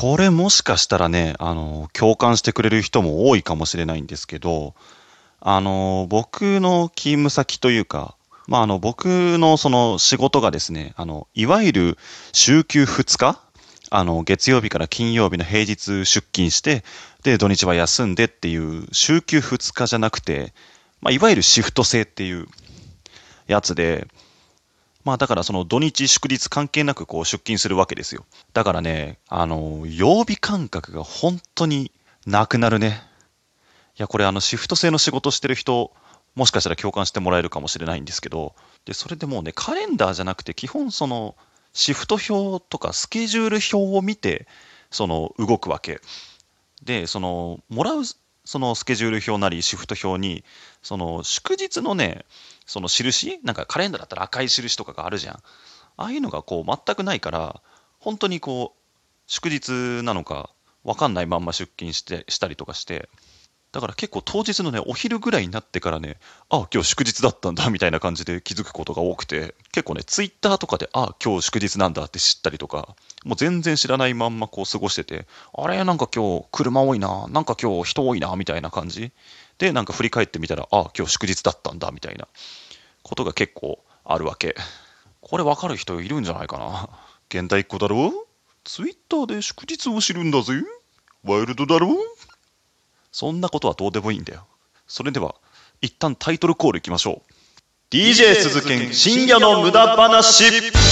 これもしかしたらね、共感してくれる人も多いかもしれないんですけど、僕の勤務先というか、僕のその仕事がですね、いわゆる週休2日、月曜日から金曜日の平日出勤して、で、土日は休んでっていう週休2日じゃなくて、いわゆるシフト制っていうやつで、だからその土日祝日関係なくこう出勤するわけですよ。だからね、曜日感覚が本当になくなるね。いや、これシフト制の仕事してる人、もしかしたら共感してもらえるかもしれないんですけど、で、それでもうね、カレンダーじゃなくて、基本その、シフト表とかスケジュール表を見て、動くわけ。で、もらう、そのスケジュール表なりシフト表に、祝日のね、その印なんかカレンダーだったら赤い印とかがあるじゃん。ああいうのがこう全くないから、本当にこう、祝日なのかわかんないまんま出勤したりとかして、だから結構当日のね、お昼ぐらいになってからね、あ、今日祝日だったんだみたいな感じで気づくことが多くて、結構ね、ツイッターとかで、あ、今日祝日なんだって知ったりとか、もう全然知らないまんまこう過ごしてて、あれなんか今日車多いな、なんか今日人多いな、みたいな感じで、なんか振り返ってみたら、あ、今日祝日だったんだ、みたいなことが結構あるわけ。これわかる人いるんじゃないかな。現代っ子だろ？ツイッターで祝日を知るんだぜ。ワイルドだろ？そんなことはどうでもいいんだよ。それでは、一旦タイトルコールいきましょう。DJ 鈴研深夜の無駄話。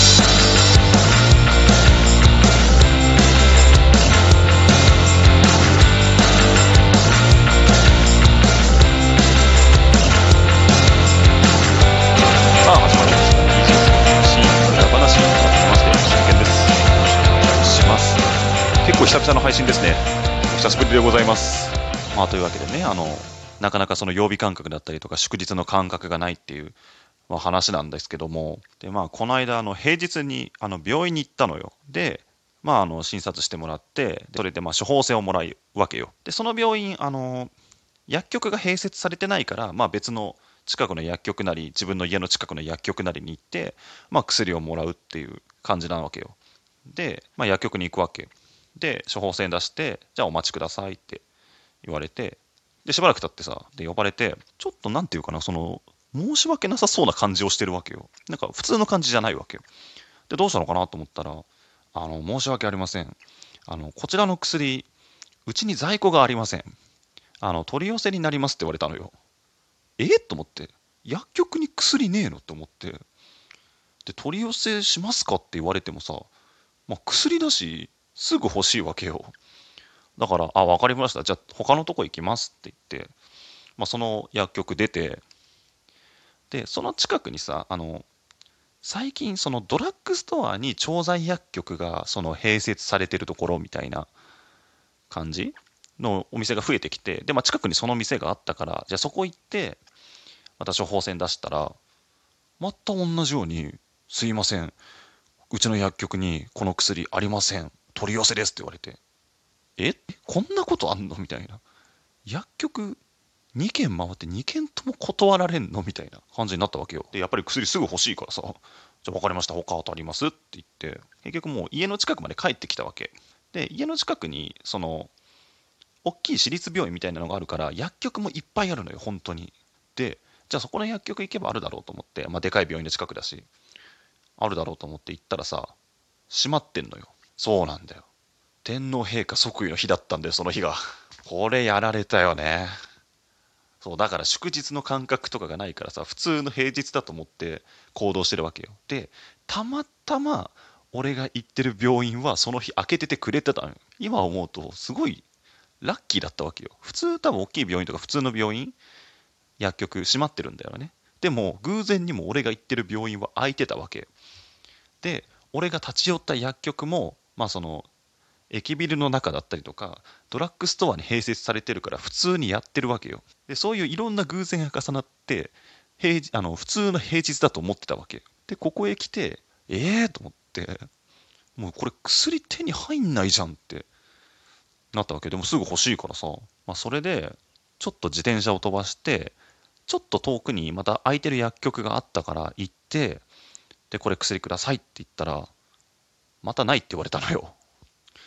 さあ、始まりました。DJ 鈴研深夜の無駄話。改めまして、鈴研です。よろしくお願いします。結構久々の配信ですね。お久しぶりでございます。というわけでね、なかなかその曜日感覚だったりとか祝日の感覚がないっていう、話なんですけども、で、この間、平日に、病院に行ったのよ。で、診察してもらって、それで、処方箋をもらうわけよ。で、その病院、薬局が併設されてないから、別の近くの薬局なり、自分の家の近くの薬局なりに行って、薬をもらうっていう感じなわけよ。で、薬局に行くわけ。で、処方箋出して、じゃあお待ちくださいって言われて、で、しばらく経ってさ、で、呼ばれて、ちょっとなんていうかな、申し訳なさそうな感じをしてるわけよ。なんか普通の感じじゃないわけよ。で、どうしたのかなと思ったら、申し訳ありません。こちらの薬、うちに在庫がありません。取り寄せになりますって言われたのよ。と思って。薬局に薬ねえのって思って。で、取り寄せしますかって言われてもさ、薬だし、すぐ欲しいわけよ。だから、あ、わかりました。じゃあ、他のとこ行きますって言って、その薬局出て、で、その近くにさ、最近そのドラッグストアに調剤薬局がその併設されてるところみたいな感じのお店が増えてきて、で、近くにその店があったから、じゃあそこ行って、また処方箋出したら、また同じように、すいません、うちの薬局にこの薬ありません。取り寄せですって言われて、えこんなことあんのみたいな。薬局2軒回って2軒とも断られんのみたいな感じになったわけよ。で、やっぱり薬すぐ欲しいからさ、じゃあ分かりました、他当たりますって言って、結局もう家の近くまで帰ってきたわけ。で、家の近くに、大きい私立病院みたいなのがあるから、薬局もいっぱいあるのよ、本当に。で、じゃあそこの薬局行けばあるだろうと思って、でかい病院の近くだし、あるだろうと思って行ったらさ、閉まってんのよ。そうなんだよ。天皇陛下即位の日だったんだよ、その日が。これやられたよね。そう、だから祝日の感覚とかがないからさ、普通の平日だと思って行動してるわけよ。で、たまたま俺が行ってる病院はその日開けててくれてたのよ。今思うとすごいラッキーだったわけよ。普通多分大きい病院とか普通の病院、薬局閉まってるんだよね。でも偶然にも俺が行ってる病院は開いてたわけよ。で、俺が立ち寄った薬局も、駅ビルの中だったりとか、ドラッグストアに併設されてるから普通にやってるわけよ。で、そういういろんな偶然が重なって、普通の平日だと思ってたわけ。で、ここへ来て、と思って、もうこれ薬手に入んないじゃんってなったわけでもすぐ欲しいからさ、それで、ちょっと自転車を飛ばして、ちょっと遠くにまた空いてる薬局があったから行って、で、これ薬くださいって言ったら、またないって言われたのよ。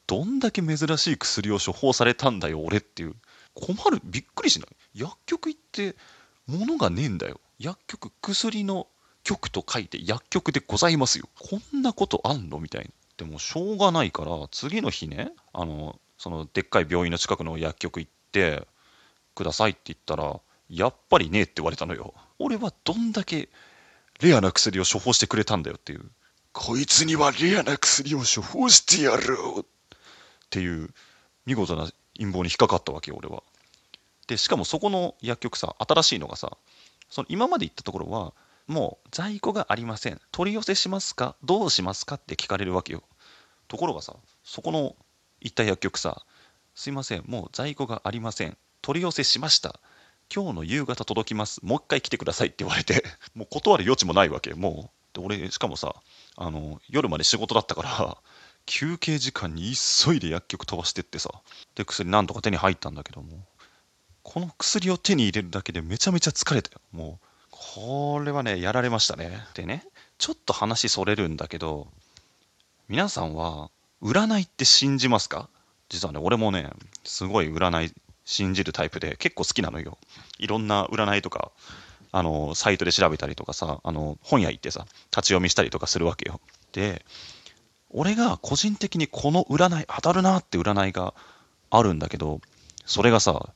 どんだけ珍しい薬を処方されたんだよ俺っていう。びっくりしない？薬局行って物がねえんだよ。薬局、薬の局と書いて薬局でございますよ。こんなことあんのみたいな。でもしょうがないから次の日ね、そのでっかい病院の近くの薬局行ってくださいって言ったら、やっぱりねえって言われたのよ。俺はどんだけレアな薬を処方してくれたんだよっていう。こいつにはレアな薬を処方してやろうっていう見事な陰謀に引っかかったわけよ俺は。でしかもそこの薬局さ、新しいのがさ、その今まで行ったところはもう在庫がありません、取り寄せしますか、どうしますかって聞かれるわけよ。ところがさ、そこの行った薬局さ、すいませんもう在庫がありません、取り寄せしました、今日の夕方届きます、もう一回来てくださいって言われてもう断る余地もないわけ。もうで俺しかもさ、夜まで仕事だったから休憩時間に急いで薬局飛ばしてってさ、で薬なんとか手に入ったんだけども、この薬を手に入れるだけでめちゃめちゃ疲れたよ。もうこれはねやられましたね。でね、ちょっと話それるんだけど、皆さんは占いって信じますか？実はね俺もねすごい占い信じるタイプで結構好きなのよ。いろんな占いとかサイトで調べたりとかさ、本屋行ってさ立ち読みしたりとかするわけよ。で俺が個人的にこの占い当たるなって占いがあるんだけど、それがさ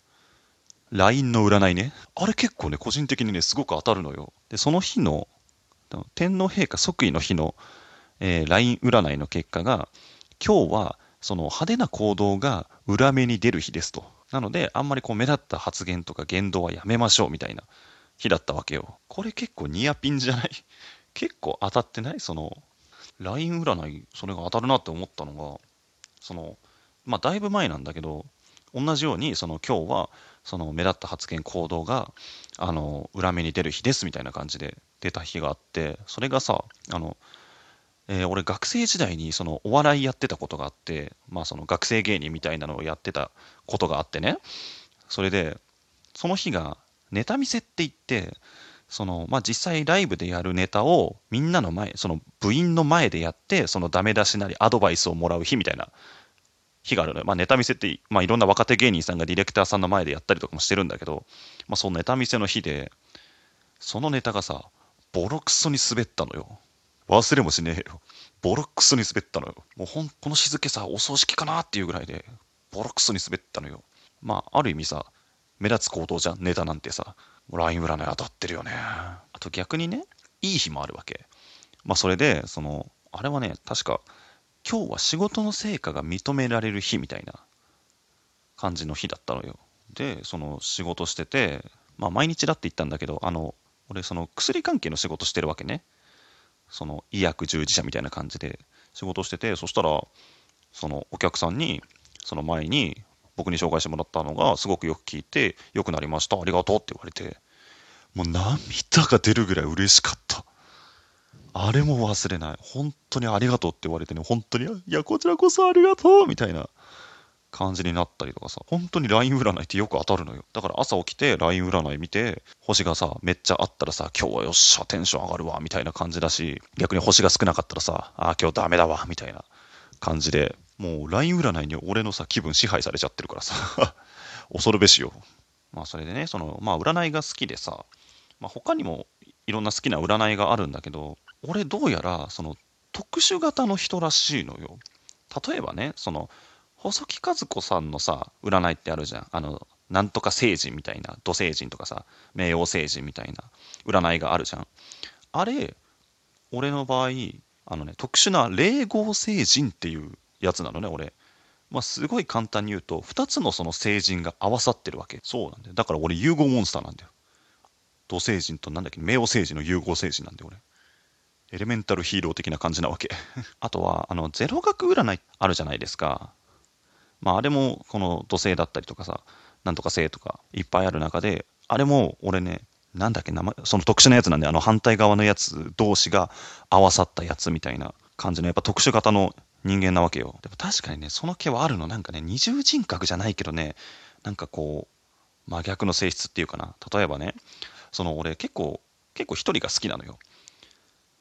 LINE の占いね。あれ結構ね個人的にねすごく当たるのよ。でその日の天皇陛下即位の日の、LINE 占いの結果が、今日はその派手な行動が裏目に出る日ですと。なのであんまりこう目立った発言とか言動はやめましょうみたいな日だったわけよ。これ結構ニアピンじゃない？結構当たってない？その LINE 占いそれが当たるなって思ったのが、そのまあだいぶ前なんだけど、同じようにその今日はその目立った発言行動が裏目に出る日ですみたいな感じで出た日があって、それがさ俺学生時代にそのお笑いやってたことがあって、まあその学生芸人みたいなのをやってたことがあってね、それでその日がネタ見せって言って、そのまあ実際ライブでやるネタをみんなの前、その部員の前でやって、そのダメ出しなりアドバイスをもらう日みたいな日があるのよ。まあ、ネタ見せって、まあ、いろんな若手芸人さんがディレクターさんの前でやったりとかもしてるんだけど、まあ、そのネタ見せの日で、そのネタがさ、ボロクソに滑ったのよ。忘れもしねえよ。ボロクソに滑ったのよ。もうこの日付さ、お葬式かなっていうぐらいで、ボロクソに滑ったのよ。まあ、ある意味さ、目立つ行動じゃん、ネタなんてさ。ライン占い当たってるよね。あと逆にね、いい日もあるわけ。まあ、それで、あれはね、確か、今日は仕事の成果が認められる日みたいな感じの日だったのよ。で、その仕事してて、まあ毎日だって言ったんだけど、俺その薬関係の仕事してるわけね。その医薬従事者みたいな感じで仕事してて、そしたら、そのお客さんに、その前に僕に紹介してもらったのがすごくよく聞いて、良くなりました、ありがとうって言われて、もう涙が出るぐらい嬉しかった。あれも忘れない。本当にありがとうって言われてね、本当に、いや、こちらこそありがとうみたいな感じになったりとかさ、本当に LINE 占いってよく当たるのよ。だから朝起きて LINE 占い見て、星がさ、めっちゃあったらさ、今日はよっしゃ、テンション上がるわ、みたいな感じだし、逆に星が少なかったらさ、今日ダメだわ、みたいな感じで、もう LINE 占いに俺のさ、気分支配されちゃってるからさ、恐るべしよ。まあそれでね、まあ占いが好きでさ、まあ他にもいろんな好きな占いがあるんだけど、俺どうやら特殊型の人らしいのよ。例えばね、細木数子さんのさ占いってあるじゃん。なんとか星人みたいな、土星人とかさ、冥王星人みたいな占いがあるじゃん。あれ、俺の場合特殊な霊合星人っていうやつなのね、俺。まあすごい簡単に言うと、2つのその星人が合わさってるわけ。そうなんだよ。だから俺融合モンスターなんだよ。土星人となんだっけ、冥王星人の融合星人なんで俺。エレメンタルヒーロー的な感じなわけ。あとはゼロ学占いあるじゃないですか。まああれもこの土星だったりとかさ、なんとか星とかいっぱいある中で、あれも俺ね、なんだっけ、名前、その特殊なやつなんで、反対側のやつ同士が合わさったやつみたいな感じのやっぱ特殊型の人間なわけよ。でも確かにね、その気はあるの。なんかね、二重人格じゃないけどね、なんかこう真逆の性質っていうかな。例えばね、俺結構一人が好きなのよ。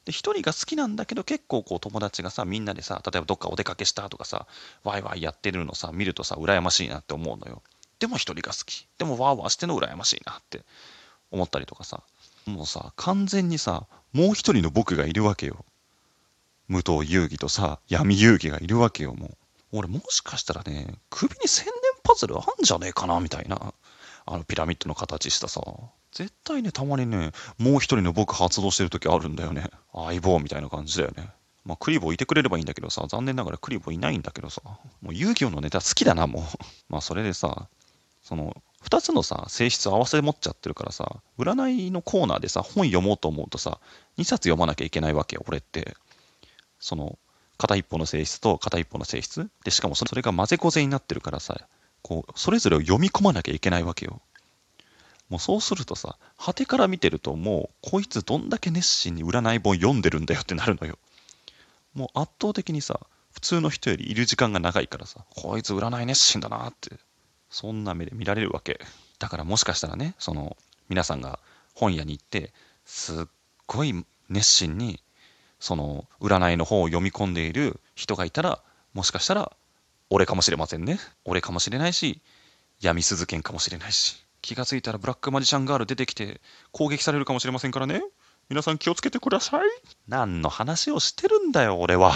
で、一人が好きなんだけど、結構こう友達がさ、みんなでさ、例えばどっかお出かけしたとかさ、ワイワイやってるのさ、見るとさ、羨ましいなって思うのよ。でも一人が好き。でもワーワーしてんの羨ましいなって思ったりとかさ。もうさ、完全にさ、もう一人の僕がいるわけよ。武藤遊戯とさ、闇遊戯がいるわけよ、もう。俺もしかしたらね、首に千年パズルあんじゃねえかな、みたいな。ピラミッドの形したさ。絶対ね、たまにね、もう一人の僕発動してる時あるんだよね。相棒みたいな感じだよね。まあ、クリボーいてくれればいいんだけどさ、残念ながらクリボーいないんだけどさ、もう遊戯王のネタ好きだな、もう。まあ、それでさ、その、2つのさ、性質合わせ持っちゃってるからさ、占いのコーナーでさ、本読もうと思うとさ、2冊読まなきゃいけないわけよ、俺って。その、片一方の性質と片一方の性質で、しかもそれが混ぜこぜになってるからさ、こう、それぞれを読み込まなきゃいけないわけよ。もうそうするとさ、果てから見てるともう、こいつどんだけ熱心に占い本読んでるんだよってなるのよ。もう圧倒的にさ、普通の人よりいる時間が長いからさ、こいつ占い熱心だなって、そんな目で見られるわけ。だからもしかしたらね、皆さんが本屋に行って、すっごい熱心に、占いの本を読み込んでいる人がいたら、もしかしたら、俺かもしれませんね。俺かもしれないし、闇鈴剣かもしれないし、気がついたらブラックマジシャンガール出てきて攻撃されるかもしれませんからね。皆さん気をつけてください。何の話をしてるんだよ、俺は。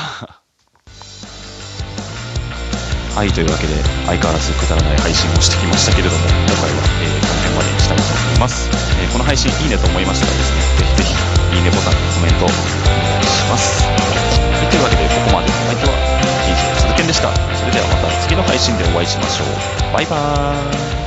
はい、というわけで、相変わらずくだらない配信をしてきましたけれども、今回は、この辺までにしたいと思います。この配信いいねと思いましたらですね、ぜひぜひ、いいねボタン、コメントお願いします。というわけで、ここまでのお相手は、DJ 鈴剣でした。それではまた次の配信でお会いしましょう。バイバーイ。